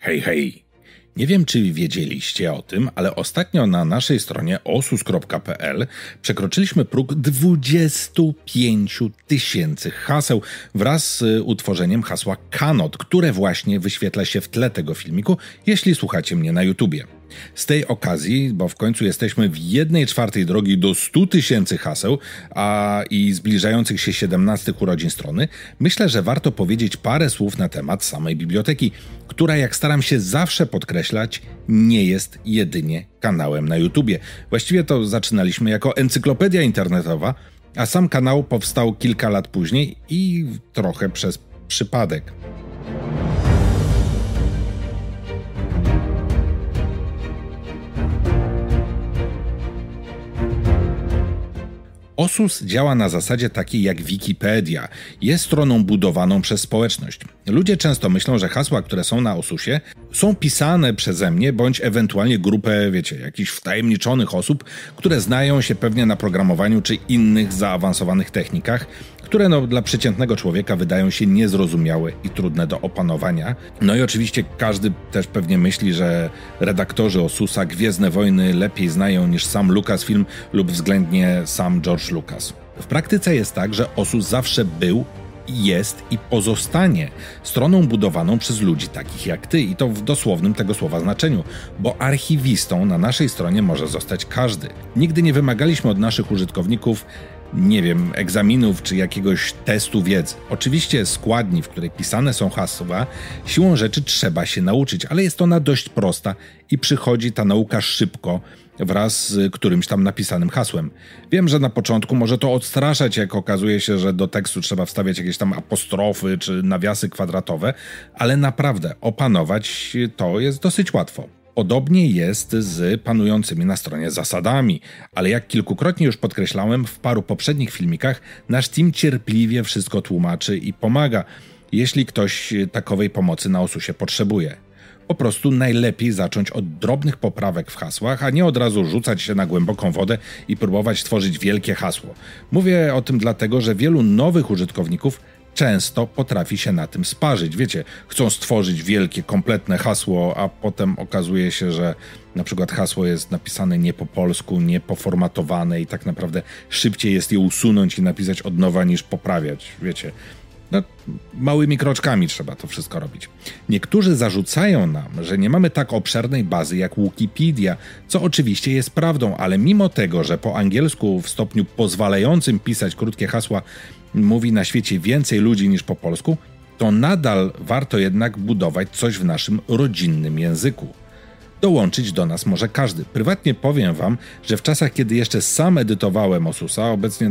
Hej, hej! Nie wiem, czy wiedzieliście o tym, ale ostatnio na naszej stronie osus.pl przekroczyliśmy próg 25 000 haseł wraz z utworzeniem hasła Kanot, które właśnie wyświetla się w tle tego filmiku, jeśli słuchacie mnie na YouTubie. Z tej okazji, bo w końcu jesteśmy w 1/4 drogi do 100 000 haseł, i zbliżających się 17 urodzin strony, myślę, że warto powiedzieć parę słów na temat samej biblioteki, która, jak staram się zawsze podkreślać, nie jest jedynie kanałem na YouTubie. Właściwie to zaczynaliśmy jako encyklopedia internetowa, a sam kanał powstał kilka lat później i trochę przez przypadek. Osus działa na zasadzie takiej jak Wikipedia. Jest stroną budowaną przez społeczność. Ludzie często myślą, że hasła, które są na Osusie, są pisane przeze mnie, bądź ewentualnie grupę, jakichś wtajemniczonych osób, które znają się pewnie na programowaniu czy innych zaawansowanych technikach, które dla przeciętnego człowieka wydają się niezrozumiałe i trudne do opanowania. No i oczywiście każdy też pewnie myśli, że redaktorzy Osusa Gwiezdne Wojny lepiej znają niż sam Lucasfilm lub względnie sam George Lucas. W praktyce jest tak, że Osus zawsze był, jest i pozostanie stroną budowaną przez ludzi takich jak ty, i to w dosłownym tego słowa znaczeniu, bo archiwistą na naszej stronie może zostać każdy. Nigdy nie wymagaliśmy od naszych użytkowników egzaminów czy jakiegoś testu wiedzy. Oczywiście składni, w której pisane są hasła, siłą rzeczy trzeba się nauczyć, ale jest ona dość prosta i przychodzi ta nauka szybko wraz z którymś tam napisanym hasłem. Wiem, że na początku może to odstraszać, jak okazuje się, że do tekstu trzeba wstawiać jakieś tam apostrofy czy nawiasy kwadratowe, ale naprawdę opanować to jest dosyć łatwo. Podobnie jest z panującymi na stronie zasadami, ale jak kilkukrotnie już podkreślałem w paru poprzednich filmikach, nasz team cierpliwie wszystko tłumaczy i pomaga, jeśli ktoś takowej pomocy na Osusie potrzebuje. Po prostu najlepiej zacząć od drobnych poprawek w hasłach, a nie od razu rzucać się na głęboką wodę i próbować tworzyć wielkie hasło. Mówię o tym dlatego, że wielu nowych użytkowników często potrafi się na tym sparzyć. Chcą stworzyć wielkie, kompletne hasło, a potem okazuje się, że na przykład hasło jest napisane nie po polsku, nie poformatowane i tak naprawdę szybciej jest je usunąć i napisać od nowa niż poprawiać, małymi kroczkami trzeba to wszystko robić. Niektórzy zarzucają nam, że nie mamy tak obszernej bazy jak Wikipedia, co oczywiście jest prawdą, ale mimo tego, że po angielsku w stopniu pozwalającym pisać krótkie hasła mówi na świecie więcej ludzi niż po polsku, to nadal warto jednak budować coś w naszym rodzinnym języku. Dołączyć do nas może każdy. Prywatnie powiem wam, że w czasach, kiedy jeszcze sam edytowałem Osusa, obecnie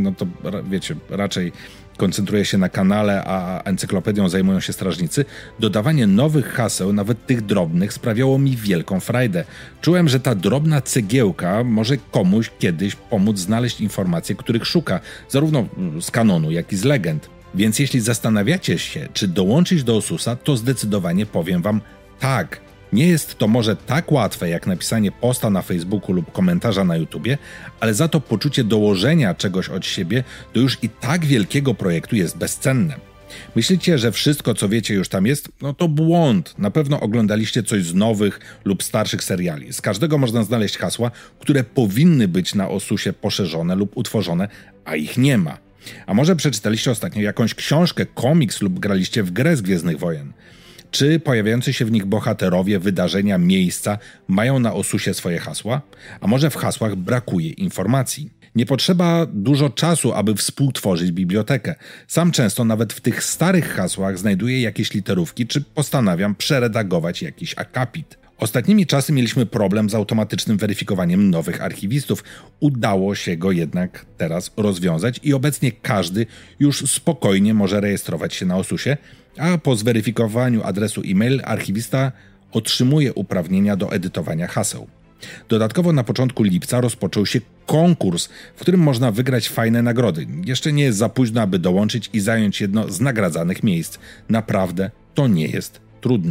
raczej koncentruję się na kanale, a encyklopedią zajmują się strażnicy, dodawanie nowych haseł, nawet tych drobnych, sprawiało mi wielką frajdę. Czułem, że ta drobna cegiełka może komuś kiedyś pomóc znaleźć informacje, których szuka, zarówno z kanonu, jak i z legend. Więc jeśli zastanawiacie się, czy dołączyć do Osusa, to zdecydowanie powiem wam tak. Nie jest to może tak łatwe jak napisanie posta na Facebooku lub komentarza na YouTubie, ale za to poczucie dołożenia czegoś od siebie do już i tak wielkiego projektu jest bezcenne. Myślicie, że wszystko, co wiecie, już tam jest? No to błąd. Na pewno oglądaliście coś z nowych lub starszych seriali. Z każdego można znaleźć hasła, które powinny być na Osusie poszerzone lub utworzone, a ich nie ma. A może przeczytaliście ostatnio jakąś książkę, komiks lub graliście w grę z Gwiezdnych Wojen? Czy pojawiający się w nich bohaterowie, wydarzenia, miejsca mają na Osusie swoje hasła? A może w hasłach brakuje informacji? Nie potrzeba dużo czasu, aby współtworzyć bibliotekę. Sam często nawet w tych starych hasłach znajduję jakieś literówki, czy postanawiam przeredagować jakiś akapit. Ostatnimi czasy mieliśmy problem z automatycznym weryfikowaniem nowych archiwistów. Udało się go jednak teraz rozwiązać i obecnie każdy już spokojnie może rejestrować się na Osusie, a po zweryfikowaniu adresu e-mail archiwista otrzymuje uprawnienia do edytowania haseł. Dodatkowo na początku lipca rozpoczął się konkurs, w którym można wygrać fajne nagrody. Jeszcze nie jest za późno, aby dołączyć i zająć jedno z nagradzanych miejsc. Naprawdę to nie jest trudne.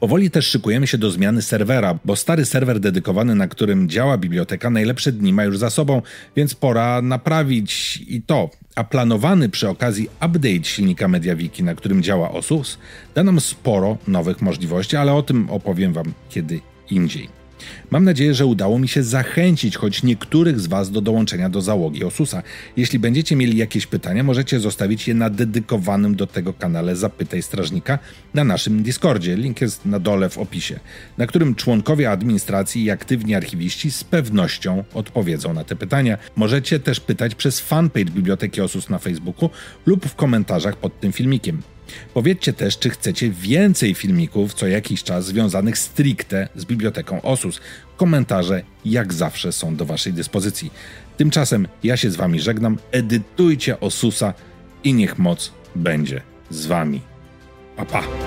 Powoli też szykujemy się do zmiany serwera, bo stary serwer dedykowany, na którym działa biblioteka, najlepsze dni ma już za sobą, więc pora naprawić i to. A planowany przy okazji update silnika MediaWiki, na którym działa Osus, da nam sporo nowych możliwości, ale o tym opowiem Wam kiedy indziej. Mam nadzieję, że udało mi się zachęcić choć niektórych z Was do dołączenia do załogi Osusa. Jeśli będziecie mieli jakieś pytania, możecie zostawić je na dedykowanym do tego kanale Zapytaj Strażnika na naszym Discordzie. Link jest na dole w opisie, na którym członkowie administracji i aktywni archiwiści z pewnością odpowiedzą na te pytania. Możecie też pytać przez fanpage Biblioteki Osus na Facebooku lub w komentarzach pod tym filmikiem. Powiedzcie też, czy chcecie więcej filmików co jakiś czas związanych stricte z Biblioteką Osus. Komentarze jak zawsze są do Waszej dyspozycji. Tymczasem ja się z Wami żegnam, edytujcie Osusa i niech moc będzie z Wami. Pa, pa!